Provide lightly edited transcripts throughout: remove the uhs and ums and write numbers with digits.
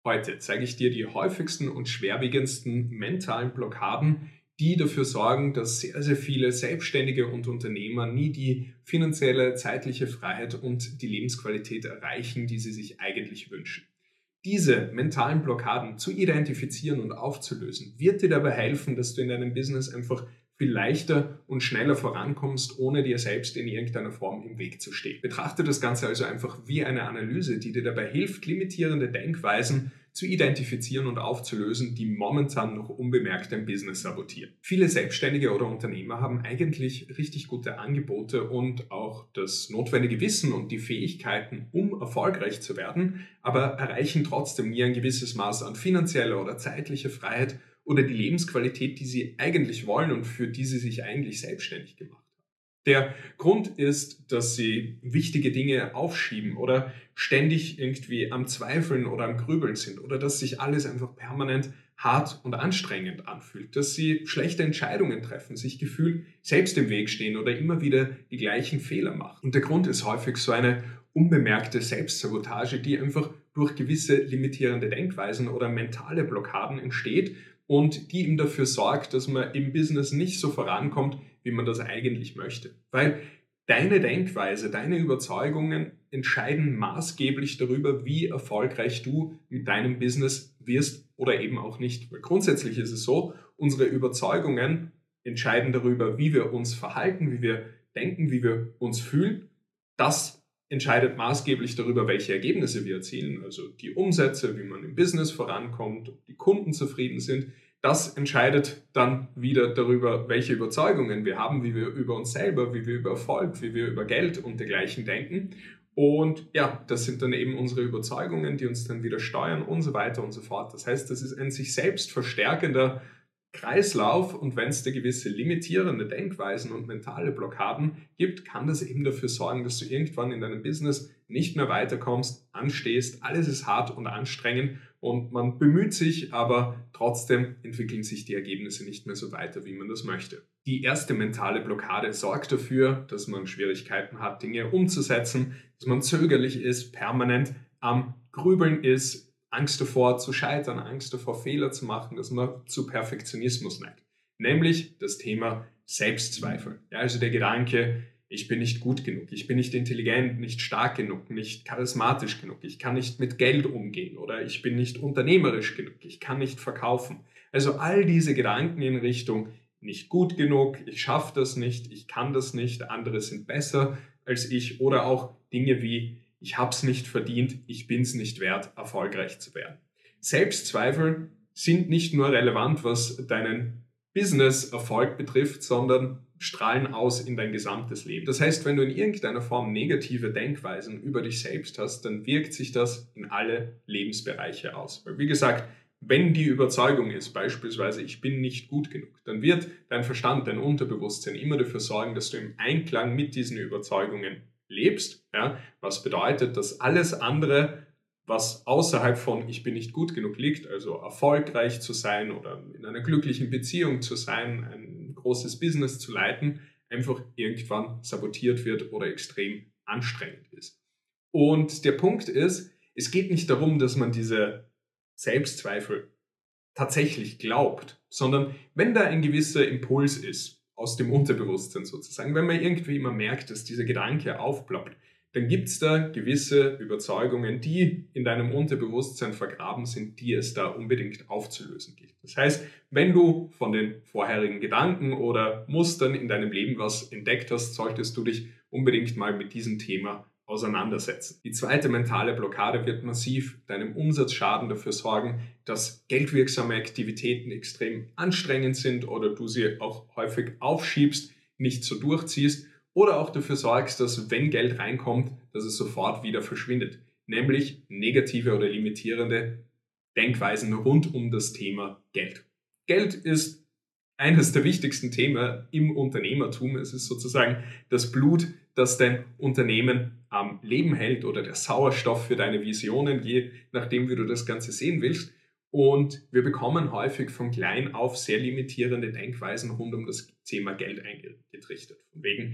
Heute zeige ich dir die häufigsten und schwerwiegendsten mentalen Blockaden, die dafür sorgen, dass sehr, sehr viele Selbstständige und Unternehmer nie die finanzielle, zeitliche Freiheit und die Lebensqualität erreichen, die sie sich eigentlich wünschen. Diese mentalen Blockaden zu identifizieren und aufzulösen, wird dir dabei helfen, dass du in deinem Business einfach viel leichter und schneller vorankommst, ohne dir selbst in irgendeiner Form im Weg zu stehen. Betrachte das Ganze also einfach wie eine Analyse, die dir dabei hilft, limitierende Denkweisen zu identifizieren und aufzulösen, die momentan noch unbemerkt dein Business sabotieren. Viele Selbstständige oder Unternehmer haben eigentlich richtig gute Angebote und auch das notwendige Wissen und die Fähigkeiten, um erfolgreich zu werden, aber erreichen trotzdem nie ein gewisses Maß an finanzieller oder zeitlicher Freiheit oder die Lebensqualität, die sie eigentlich wollen und für die sie sich eigentlich selbstständig gemacht haben. Der Grund ist, dass sie wichtige Dinge aufschieben oder ständig irgendwie am Zweifeln oder am Grübeln sind oder dass sich alles einfach permanent hart und anstrengend anfühlt, dass sie schlechte Entscheidungen treffen, sich gefühlt selbst im Weg stehen oder immer wieder die gleichen Fehler machen. Und der Grund ist häufig so eine unbemerkte Selbstsabotage, die einfach durch gewisse limitierende Denkweisen oder mentale Blockaden entsteht und die eben dafür sorgt, dass man im Business nicht so vorankommt, wie man das eigentlich möchte. Weil deine Denkweise, deine Überzeugungen entscheiden maßgeblich darüber, wie erfolgreich du mit deinem Business wirst oder eben auch nicht. Weil grundsätzlich ist es so, unsere Überzeugungen entscheiden darüber, wie wir uns verhalten, wie wir denken, wie wir uns fühlen. Das entscheidet maßgeblich darüber, welche Ergebnisse wir erzielen, also die Umsätze, wie man im Business vorankommt, ob die Kunden zufrieden sind. Das entscheidet dann wieder darüber, welche Überzeugungen wir haben, wie wir über uns selber, wie wir über Erfolg, wie wir über Geld und dergleichen denken. Und ja, das sind dann eben unsere Überzeugungen, die uns dann wieder steuern und so weiter und so fort. Das heißt, das ist ein sich selbst verstärkender Kreislauf, und wenn es da gewisse limitierende Denkweisen und mentale Blockaden gibt, kann das eben dafür sorgen, dass du irgendwann in deinem Business nicht mehr weiterkommst, anstehst, alles ist hart und anstrengend und man bemüht sich, aber trotzdem entwickeln sich die Ergebnisse nicht mehr so weiter, wie man das möchte. Die erste mentale Blockade sorgt dafür, dass man Schwierigkeiten hat, Dinge umzusetzen, dass man zögerlich ist, permanent am Grübeln ist, Angst davor zu scheitern, Angst davor Fehler zu machen, dass man zu Perfektionismus neigt. Nämlich das Thema Selbstzweifel. Ja, also der Gedanke, ich bin nicht gut genug, ich bin nicht intelligent, nicht stark genug, nicht charismatisch genug, ich kann nicht mit Geld umgehen oder ich bin nicht unternehmerisch genug, ich kann nicht verkaufen. Also all diese Gedanken in Richtung nicht gut genug, ich schaffe das nicht, ich kann das nicht, andere sind besser als ich oder auch Dinge wie ich habe es nicht verdient, ich bin es nicht wert, erfolgreich zu werden. Selbstzweifel sind nicht nur relevant, was deinen Business-Erfolg betrifft, sondern strahlen aus in dein gesamtes Leben. Das heißt, wenn du in irgendeiner Form negative Denkweisen über dich selbst hast, dann wirkt sich das in alle Lebensbereiche aus. Weil wie gesagt, wenn die Überzeugung ist, beispielsweise ich bin nicht gut genug, dann wird dein Verstand, dein Unterbewusstsein immer dafür sorgen, dass du im Einklang mit diesen Überzeugungen lebst, ja, was bedeutet, dass alles andere, was außerhalb von ich bin nicht gut genug liegt, also erfolgreich zu sein oder in einer glücklichen Beziehung zu sein, ein großes Business zu leiten, einfach irgendwann sabotiert wird oder extrem anstrengend ist. Und der Punkt ist, es geht nicht darum, dass man diese Selbstzweifel tatsächlich glaubt, sondern wenn da ein gewisser Impuls ist, aus dem Unterbewusstsein sozusagen, wenn man irgendwie immer merkt, dass dieser Gedanke aufploppt, dann gibt es da gewisse Überzeugungen, die in deinem Unterbewusstsein vergraben sind, die es da unbedingt aufzulösen gilt. Das heißt, wenn du von den vorherigen Gedanken oder Mustern in deinem Leben was entdeckt hast, solltest du dich unbedingt mal mit diesem Thema auseinandersetzen. Die zweite mentale Blockade wird massiv deinem Umsatzschaden dafür sorgen, dass geldwirksame Aktivitäten extrem anstrengend sind oder du sie auch häufig aufschiebst, nicht so durchziehst oder auch dafür sorgst, dass wenn Geld reinkommt, dass es sofort wieder verschwindet. Nämlich negative oder limitierende Denkweisen rund um das Thema Geld. Geld ist eines der wichtigsten Themen im Unternehmertum. Es ist sozusagen das Blut, das dein Unternehmen am Leben hält oder der Sauerstoff für deine Visionen, je nachdem, wie du das Ganze sehen willst. Und wir bekommen häufig von klein auf sehr limitierende Denkweisen rund um das Thema Geld eingetrichtert. Von wegen,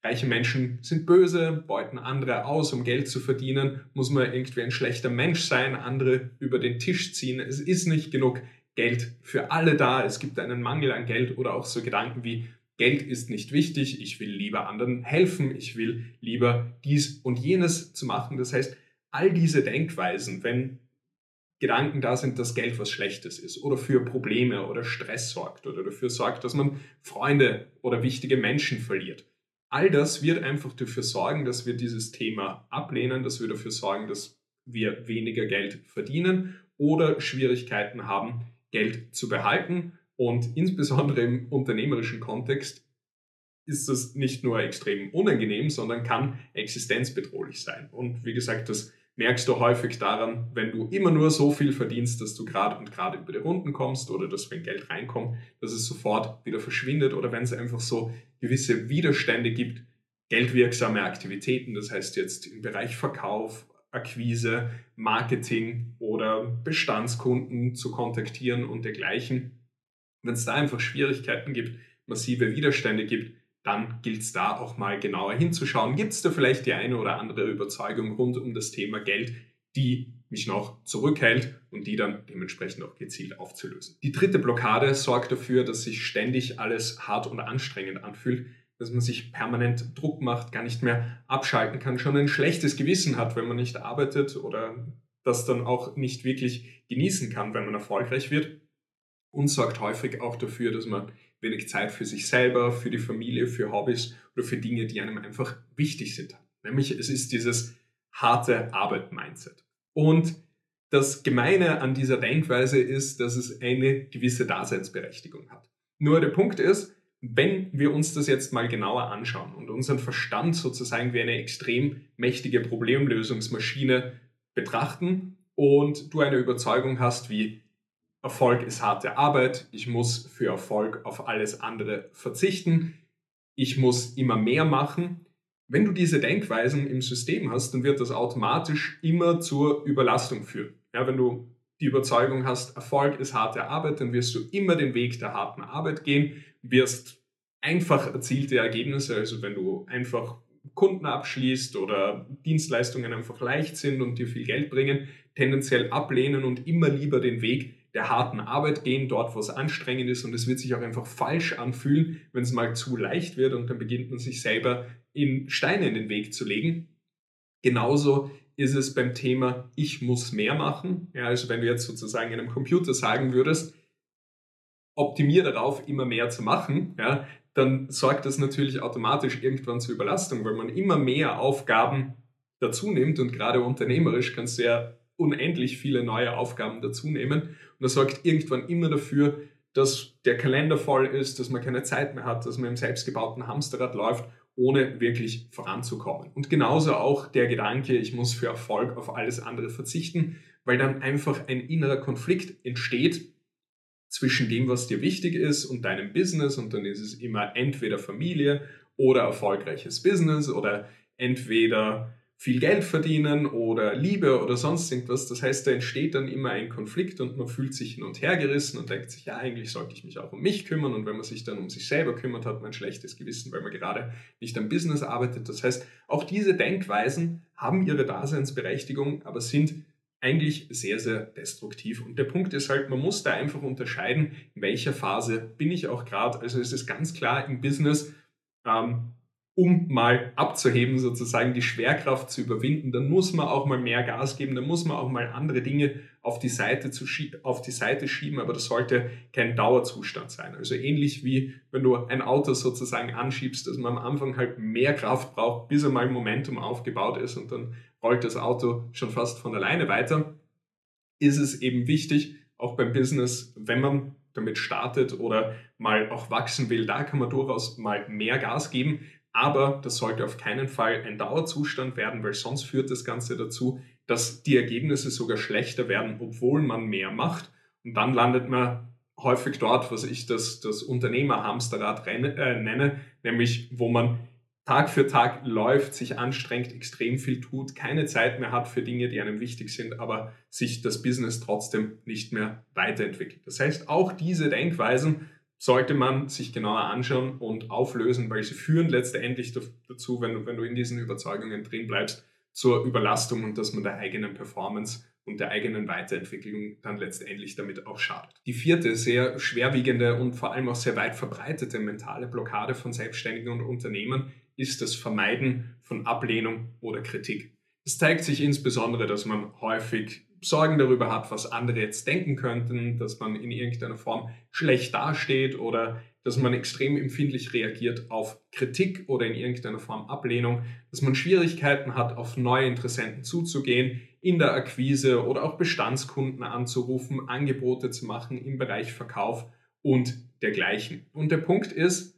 reiche Menschen sind böse, beuten andere aus, um Geld zu verdienen, muss man irgendwie ein schlechter Mensch sein, andere über den Tisch ziehen. Es ist nicht genug Geld für alle da, es gibt einen Mangel an Geld oder auch so Gedanken wie Geld ist nicht wichtig, ich will lieber anderen helfen, ich will lieber dies und jenes zu machen. Das heißt, all diese Denkweisen, wenn Gedanken da sind, dass Geld was Schlechtes ist oder für Probleme oder Stress sorgt oder dafür sorgt, dass man Freunde oder wichtige Menschen verliert. All das wird einfach dafür sorgen, dass wir dieses Thema ablehnen, dass wir dafür sorgen, dass wir weniger Geld verdienen oder Schwierigkeiten haben, Geld zu behalten. Und insbesondere im unternehmerischen Kontext ist das nicht nur extrem unangenehm, sondern kann existenzbedrohlich sein. Und wie gesagt, das merkst du häufig daran, wenn du immer nur so viel verdienst, dass du gerade über die Runden kommst oder dass wenn Geld reinkommt, dass es sofort wieder verschwindet oder wenn es einfach so gewisse Widerstände gibt, geldwirksame Aktivitäten, das heißt jetzt im Bereich Verkauf, Akquise, Marketing oder Bestandskunden zu kontaktieren und dergleichen. Wenn es da einfach Schwierigkeiten gibt, massive Widerstände gibt, dann gilt es da auch mal genauer hinzuschauen. Gibt es da vielleicht die eine oder andere Überzeugung rund um das Thema Geld, die mich noch zurückhält und die dann dementsprechend auch gezielt aufzulösen. Die dritte Blockade sorgt dafür, dass sich ständig alles hart und anstrengend anfühlt, dass man sich permanent Druck macht, gar nicht mehr abschalten kann, schon ein schlechtes Gewissen hat, wenn man nicht arbeitet oder das dann auch nicht wirklich genießen kann, wenn man erfolgreich wird. Und sorgt häufig auch dafür, dass man wenig Zeit für sich selber, für die Familie, für Hobbys oder für Dinge, die einem einfach wichtig sind. Nämlich es ist dieses harte Arbeit-Mindset. Und das Gemeine an dieser Denkweise ist, dass es eine gewisse Daseinsberechtigung hat. Nur der Punkt ist, wenn wir uns das jetzt mal genauer anschauen und unseren Verstand sozusagen wie eine extrem mächtige Problemlösungsmaschine betrachten und du eine Überzeugung hast wie Erfolg ist harte Arbeit, ich muss für Erfolg auf alles andere verzichten, ich muss immer mehr machen. Wenn du diese Denkweisen im System hast, dann wird das automatisch immer zur Überlastung führen. Ja, wenn du die Überzeugung hast, Erfolg ist harte Arbeit, dann wirst du immer den Weg der harten Arbeit gehen, wirst einfach erzielte Ergebnisse, also wenn du einfach Kunden abschließt oder Dienstleistungen einfach leicht sind und dir viel Geld bringen, tendenziell ablehnen und immer lieber den Weg der harten Arbeit gehen, dort wo es anstrengend ist und es wird sich auch einfach falsch anfühlen, wenn es mal zu leicht wird und dann beginnt man sich selber in Steine in den Weg zu legen. Genauso ist es beim Thema ich muss mehr machen. Ja, also wenn du jetzt sozusagen einem Computer sagen würdest, optimier darauf, immer mehr zu machen, ja, dann sorgt das natürlich automatisch irgendwann zur Überlastung, weil man immer mehr Aufgaben dazu nimmt und gerade unternehmerisch kannst du ja unendlich viele neue Aufgaben dazu nehmen und das sorgt irgendwann immer dafür, dass der Kalender voll ist, dass man keine Zeit mehr hat, dass man im selbstgebauten Hamsterrad läuft, ohne wirklich voranzukommen. Und genauso auch der Gedanke, ich muss für Erfolg auf alles andere verzichten, weil dann einfach ein innerer Konflikt entsteht zwischen dem, was dir wichtig ist und deinem Business und dann ist es immer entweder Familie oder erfolgreiches Business oder entweder viel Geld verdienen oder Liebe oder sonst irgendwas. Das heißt, da entsteht dann immer ein Konflikt und man fühlt sich hin und her gerissen und denkt sich, ja, eigentlich sollte ich mich auch um mich kümmern und wenn man sich dann um sich selber kümmert, hat man ein schlechtes Gewissen, weil man gerade nicht am Business arbeitet. Das heißt, auch diese Denkweisen haben ihre Daseinsberechtigung, aber sind eigentlich sehr, sehr destruktiv. Und der Punkt ist halt, man muss da einfach unterscheiden, in welcher Phase bin ich auch gerade. Also es ist ganz klar im Business, um mal abzuheben, sozusagen die Schwerkraft zu überwinden, dann muss man auch mal mehr Gas geben, dann muss man auch mal andere Dinge auf die Seite schieben, aber das sollte kein Dauerzustand sein. Also ähnlich wie wenn du ein Auto sozusagen anschiebst, dass man am Anfang halt mehr Kraft braucht, bis einmal Momentum aufgebaut ist und dann rollt das Auto schon fast von alleine weiter, ist es eben wichtig, auch beim Business, wenn man damit startet oder mal auch wachsen will, da kann man durchaus mal mehr Gas geben, aber das sollte auf keinen Fall ein Dauerzustand werden, weil sonst führt das Ganze dazu, dass die Ergebnisse sogar schlechter werden, obwohl man mehr macht und dann landet man häufig dort, was ich das Unternehmer-Hamsterrad nenne, nämlich wo man Tag für Tag läuft, sich anstrengt, extrem viel tut, keine Zeit mehr hat für Dinge, die einem wichtig sind, aber sich das Business trotzdem nicht mehr weiterentwickelt. Das heißt, auch diese Denkweisen sollte man sich genauer anschauen und auflösen, weil sie führen letztendlich dazu, wenn du in diesen Überzeugungen drin bleibst, zur Überlastung und dass man der eigenen Performance und der eigenen Weiterentwicklung dann letztendlich damit auch schadet. Die vierte, sehr schwerwiegende und vor allem auch sehr weit verbreitete mentale Blockade von Selbstständigen und Unternehmern ist das Vermeiden von Ablehnung oder Kritik. Es zeigt sich insbesondere, dass man häufig Sorgen darüber hat, was andere jetzt denken könnten, dass man in irgendeiner Form schlecht dasteht oder dass man extrem empfindlich reagiert auf Kritik oder in irgendeiner Form Ablehnung, dass man Schwierigkeiten hat, auf neue Interessenten zuzugehen, in der Akquise oder auch Bestandskunden anzurufen, Angebote zu machen im Bereich Verkauf und dergleichen. Und der Punkt ist,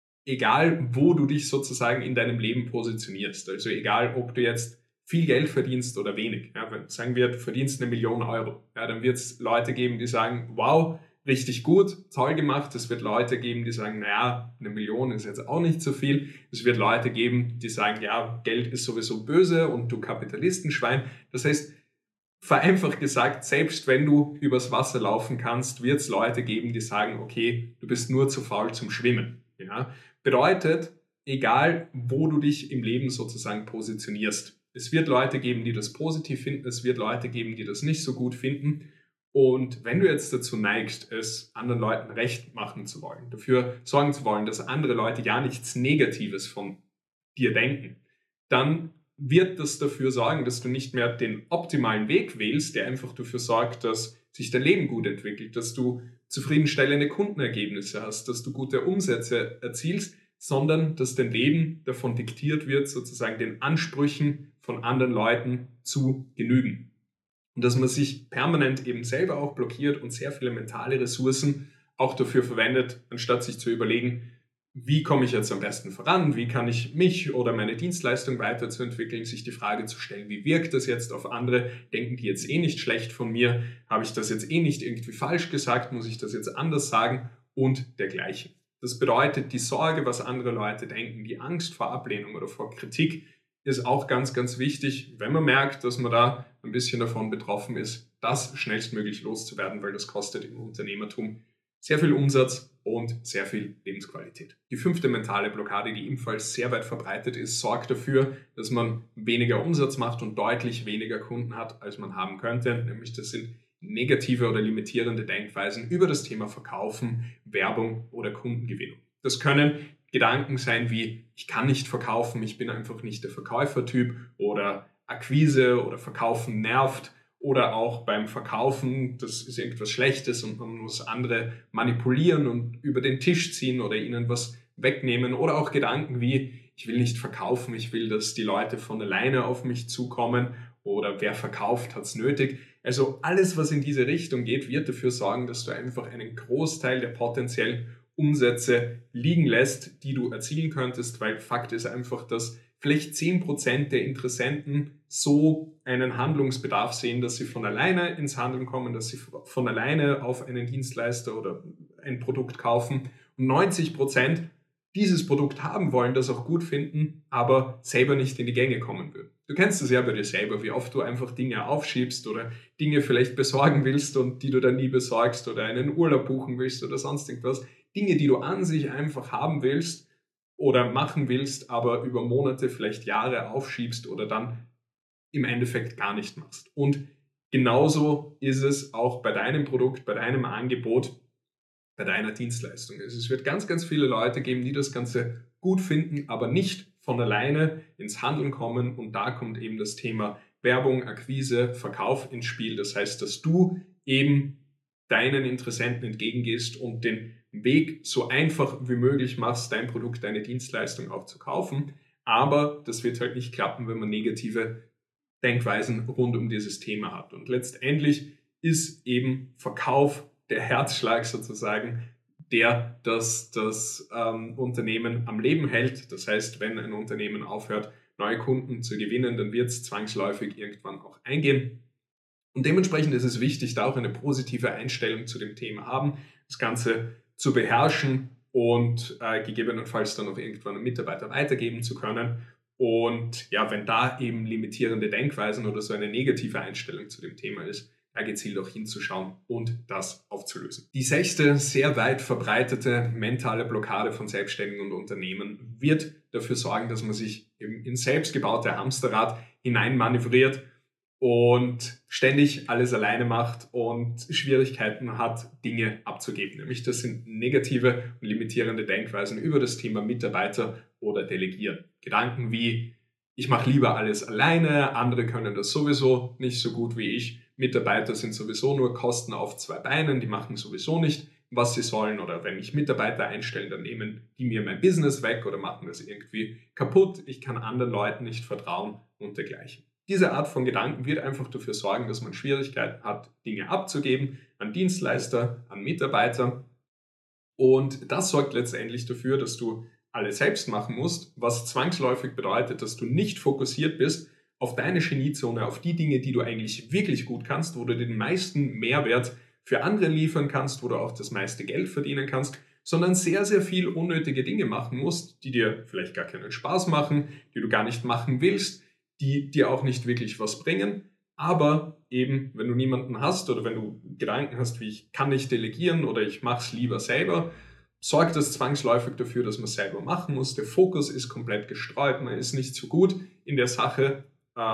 egal wo du dich sozusagen in deinem Leben positionierst, also egal ob du jetzt viel Geld verdienst oder wenig, ja, wenn, sagen wir, du verdienst 1.000.000 Euro, ja, dann wird es Leute geben, die sagen, wow, richtig gut, toll gemacht. Es wird Leute geben, die sagen, naja, 1.000.000 ist jetzt auch nicht so viel. Es wird Leute geben, die sagen, ja, Geld ist sowieso böse und du Kapitalistenschwein. Das heißt, vereinfacht gesagt, selbst wenn du übers Wasser laufen kannst, wird es Leute geben, die sagen, okay, du bist nur zu faul zum Schwimmen. Ja? Bedeutet, egal wo du dich im Leben sozusagen positionierst, es wird Leute geben, die das positiv finden, es wird Leute geben, die das nicht so gut finden. Und wenn du jetzt dazu neigst, es anderen Leuten recht machen zu wollen, dafür sorgen zu wollen, dass andere Leute ja nichts Negatives von dir denken, dann wird das dafür sorgen, dass du nicht mehr den optimalen Weg wählst, der einfach dafür sorgt, dass sich dein Leben gut entwickelt, dass du zufriedenstellende Kundenergebnisse hast, dass du gute Umsätze erzielst, sondern dass dein Leben davon diktiert wird, sozusagen den Ansprüchen von anderen Leuten zu genügen. Und dass man sich permanent eben selber auch blockiert und sehr viele mentale Ressourcen auch dafür verwendet, anstatt sich zu überlegen, wie komme ich jetzt am besten voran, wie kann ich mich oder meine Dienstleistung weiterzuentwickeln, sich die Frage zu stellen, wie wirkt das jetzt auf andere, denken die jetzt eh nicht schlecht von mir, habe ich das jetzt eh nicht irgendwie falsch gesagt, muss ich das jetzt anders sagen und dergleichen. Das bedeutet, die Sorge, was andere Leute denken, die Angst vor Ablehnung oder vor Kritik, ist auch ganz, ganz wichtig, wenn man merkt, dass man da ein bisschen davon betroffen ist, das schnellstmöglich loszuwerden, weil das kostet im Unternehmertum sehr viel Umsatz und sehr viel Lebensqualität. Die fünfte mentale Blockade, die ebenfalls sehr weit verbreitet ist, sorgt dafür, dass man weniger Umsatz macht und deutlich weniger Kunden hat, als man haben könnte. Nämlich das sind negative oder limitierende Denkweisen über das Thema Verkaufen, Werbung oder Kundengewinnung. Das können Gedanken sein wie, ich kann nicht verkaufen, ich bin einfach nicht der Verkäufertyp oder Akquise oder Verkaufen nervt oder auch beim Verkaufen, das ist irgendwas Schlechtes und man muss andere manipulieren und über den Tisch ziehen oder ihnen was wegnehmen oder auch Gedanken wie, ich will nicht verkaufen, ich will, dass die Leute von alleine auf mich zukommen oder wer verkauft, hat es nötig. Also alles, was in diese Richtung geht, wird dafür sorgen, dass du einfach einen Großteil der potenziellen Umsätze liegen lässt, die du erzielen könntest, weil Fakt ist einfach, dass vielleicht 10% der Interessenten so einen Handlungsbedarf sehen, dass sie von alleine ins Handeln kommen, dass sie von alleine auf einen Dienstleister oder ein Produkt kaufen und 90% dieses Produkt haben wollen, das auch gut finden, aber selber nicht in die Gänge kommen würden. Du kennst es ja bei dir selber, wie oft du einfach Dinge aufschiebst oder Dinge vielleicht besorgen willst und die du dann nie besorgst oder einen Urlaub buchen willst oder sonst irgendwas. Dinge, die du an sich einfach haben willst oder machen willst, aber über Monate, vielleicht Jahre aufschiebst oder dann im Endeffekt gar nicht machst. Und genauso ist es auch bei deinem Produkt, bei deinem Angebot, bei deiner Dienstleistung. Also es wird ganz, ganz viele Leute geben, die das Ganze gut finden, aber nicht von alleine ins Handeln kommen. Und da kommt eben das Thema Werbung, Akquise, Verkauf ins Spiel. Das heißt, dass du eben deinen Interessenten entgegengehst und den Weg so einfach wie möglich machst, dein Produkt, deine Dienstleistung auch zu kaufen. Aber das wird halt nicht klappen, wenn man negative Denkweisen rund um dieses Thema hat. Und letztendlich ist eben Verkauf der Herzschlag sozusagen, der das Unternehmen am Leben hält. Das heißt, wenn ein Unternehmen aufhört, neue Kunden zu gewinnen, dann wird es zwangsläufig irgendwann auch eingehen. Und dementsprechend ist es wichtig, da auch eine positive Einstellung zu dem Thema haben, das Ganze zu beherrschen und gegebenenfalls dann auch irgendwann einen Mitarbeiter weitergeben zu können. Und ja, wenn da eben limitierende Denkweisen oder so eine negative Einstellung zu dem Thema ist, da gezielt auch hinzuschauen und das aufzulösen. Die 6. sehr weit verbreitete mentale Blockade von Selbstständigen und Unternehmen wird dafür sorgen, dass man sich in selbstgebaute Hamsterrad hineinmanövriert und ständig alles alleine macht und Schwierigkeiten hat, Dinge abzugeben. Nämlich das sind negative und limitierende Denkweisen über das Thema Mitarbeiter oder Delegieren. Gedanken wie, ich mache lieber alles alleine, andere können das sowieso nicht so gut wie ich, Mitarbeiter sind sowieso nur Kosten auf 2 Beinen, die machen sowieso nicht, was sie sollen, oder wenn ich Mitarbeiter einstelle, dann nehmen die mir mein Business weg oder machen das irgendwie kaputt, ich kann anderen Leuten nicht vertrauen und dergleichen. Diese Art von Gedanken wird einfach dafür sorgen, dass man Schwierigkeiten hat, Dinge abzugeben an Dienstleister, an Mitarbeiter, und das sorgt letztendlich dafür, dass du alles selbst machen musst, was zwangsläufig bedeutet, dass du nicht fokussiert bist auf deine Geniezone, auf die Dinge, die du eigentlich wirklich gut kannst, wo du den meisten Mehrwert für andere liefern kannst, wo du auch das meiste Geld verdienen kannst, sondern sehr, sehr viel unnötige Dinge machen musst, die dir vielleicht gar keinen Spaß machen, die du gar nicht machen willst, die dir auch nicht wirklich was bringen. Aber eben, wenn du niemanden hast oder wenn du Gedanken hast, wie ich kann nicht delegieren oder ich mache es lieber selber, sorgt das zwangsläufig dafür, dass man es selber machen muss. Der Fokus ist komplett gestreut, man ist nicht so gut in der Sache,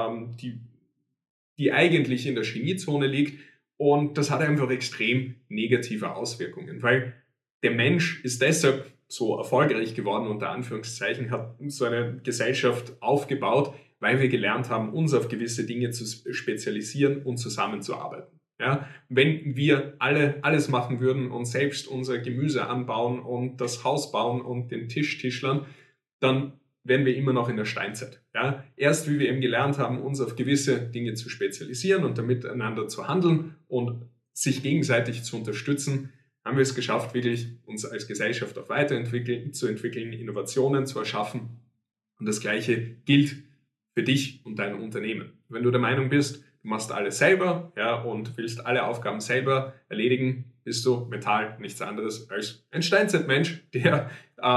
die eigentlich in der Geniezone liegt, und das hat einfach extrem negative Auswirkungen, weil der Mensch ist deshalb so erfolgreich geworden, unter Anführungszeichen, hat so eine Gesellschaft aufgebaut, weil wir gelernt haben, uns auf gewisse Dinge zu spezialisieren und zusammenzuarbeiten. Ja, wenn wir alles machen würden und selbst unser Gemüse anbauen und das Haus bauen und den Tisch tischlern, dann wären wir immer noch in der Steinzeit. Ja, erst wie wir eben gelernt haben, uns auf gewisse Dinge zu spezialisieren und dann miteinander zu handeln und sich gegenseitig zu unterstützen, haben wir es geschafft, wirklich uns als Gesellschaft auch zu entwickeln, Innovationen zu erschaffen. Und das Gleiche gilt für dich und dein Unternehmen. Wenn du der Meinung bist, du machst alles selber, ja, und willst alle Aufgaben selber erledigen, bist du mental nichts anderes als ein Steinzeitmensch, der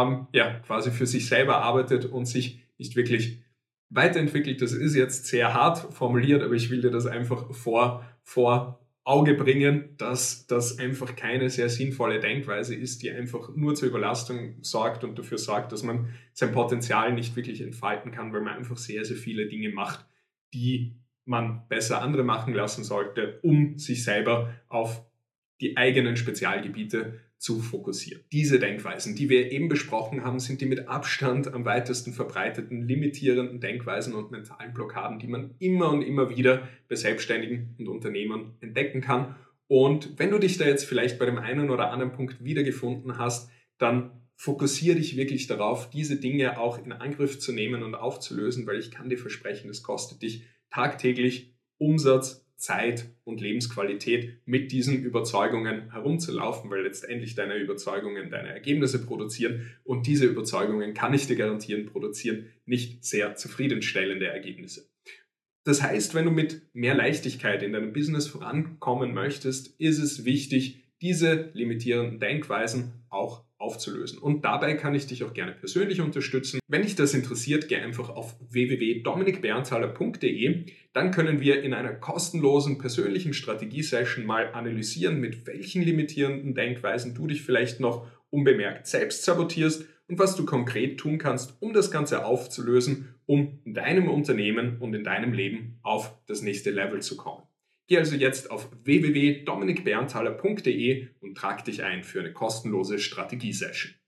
quasi für sich selber arbeitet und sich nicht wirklich weiterentwickelt. Das ist jetzt sehr hart formuliert, aber ich will dir das einfach vor Auge bringen, dass das einfach keine sehr sinnvolle Denkweise ist, die einfach nur zur Überlastung sorgt und dafür sorgt, dass man sein Potenzial nicht wirklich entfalten kann, weil man einfach sehr, sehr viele Dinge macht, die man besser andere machen lassen sollte, um sich selber auf die eigenen Spezialgebiete zu fokussieren. Diese Denkweisen, die wir eben besprochen haben, sind die mit Abstand am weitesten verbreiteten limitierenden Denkweisen und mentalen Blockaden, die man immer und immer wieder bei Selbstständigen und Unternehmern entdecken kann. Und wenn du dich da jetzt vielleicht bei dem einen oder anderen Punkt wiedergefunden hast, dann fokussiere dich wirklich darauf, diese Dinge auch in Angriff zu nehmen und aufzulösen, weil ich kann dir versprechen, es kostet dich tagtäglich Umsatz, Zeit und Lebensqualität, mit diesen Überzeugungen herumzulaufen, weil letztendlich deine Überzeugungen deine Ergebnisse produzieren, und diese Überzeugungen, kann ich dir garantieren, produzieren nicht sehr zufriedenstellende Ergebnisse. Das heißt, wenn du mit mehr Leichtigkeit in deinem Business vorankommen möchtest, ist es wichtig, diese limitierenden Denkweisen auch aufzulösen. Und dabei kann ich dich auch gerne persönlich unterstützen. Wenn dich das interessiert, geh einfach auf www.dominikberntaler.de. Dann können wir in einer kostenlosen persönlichen Strategie-Session mal analysieren, mit welchen limitierenden Denkweisen du dich vielleicht noch unbemerkt selbst sabotierst und was du konkret tun kannst, um das Ganze aufzulösen, um in deinem Unternehmen und in deinem Leben auf das nächste Level zu kommen. Geh also jetzt auf www.dominikberntaler.de und trag dich ein für eine kostenlose Strategie-Session.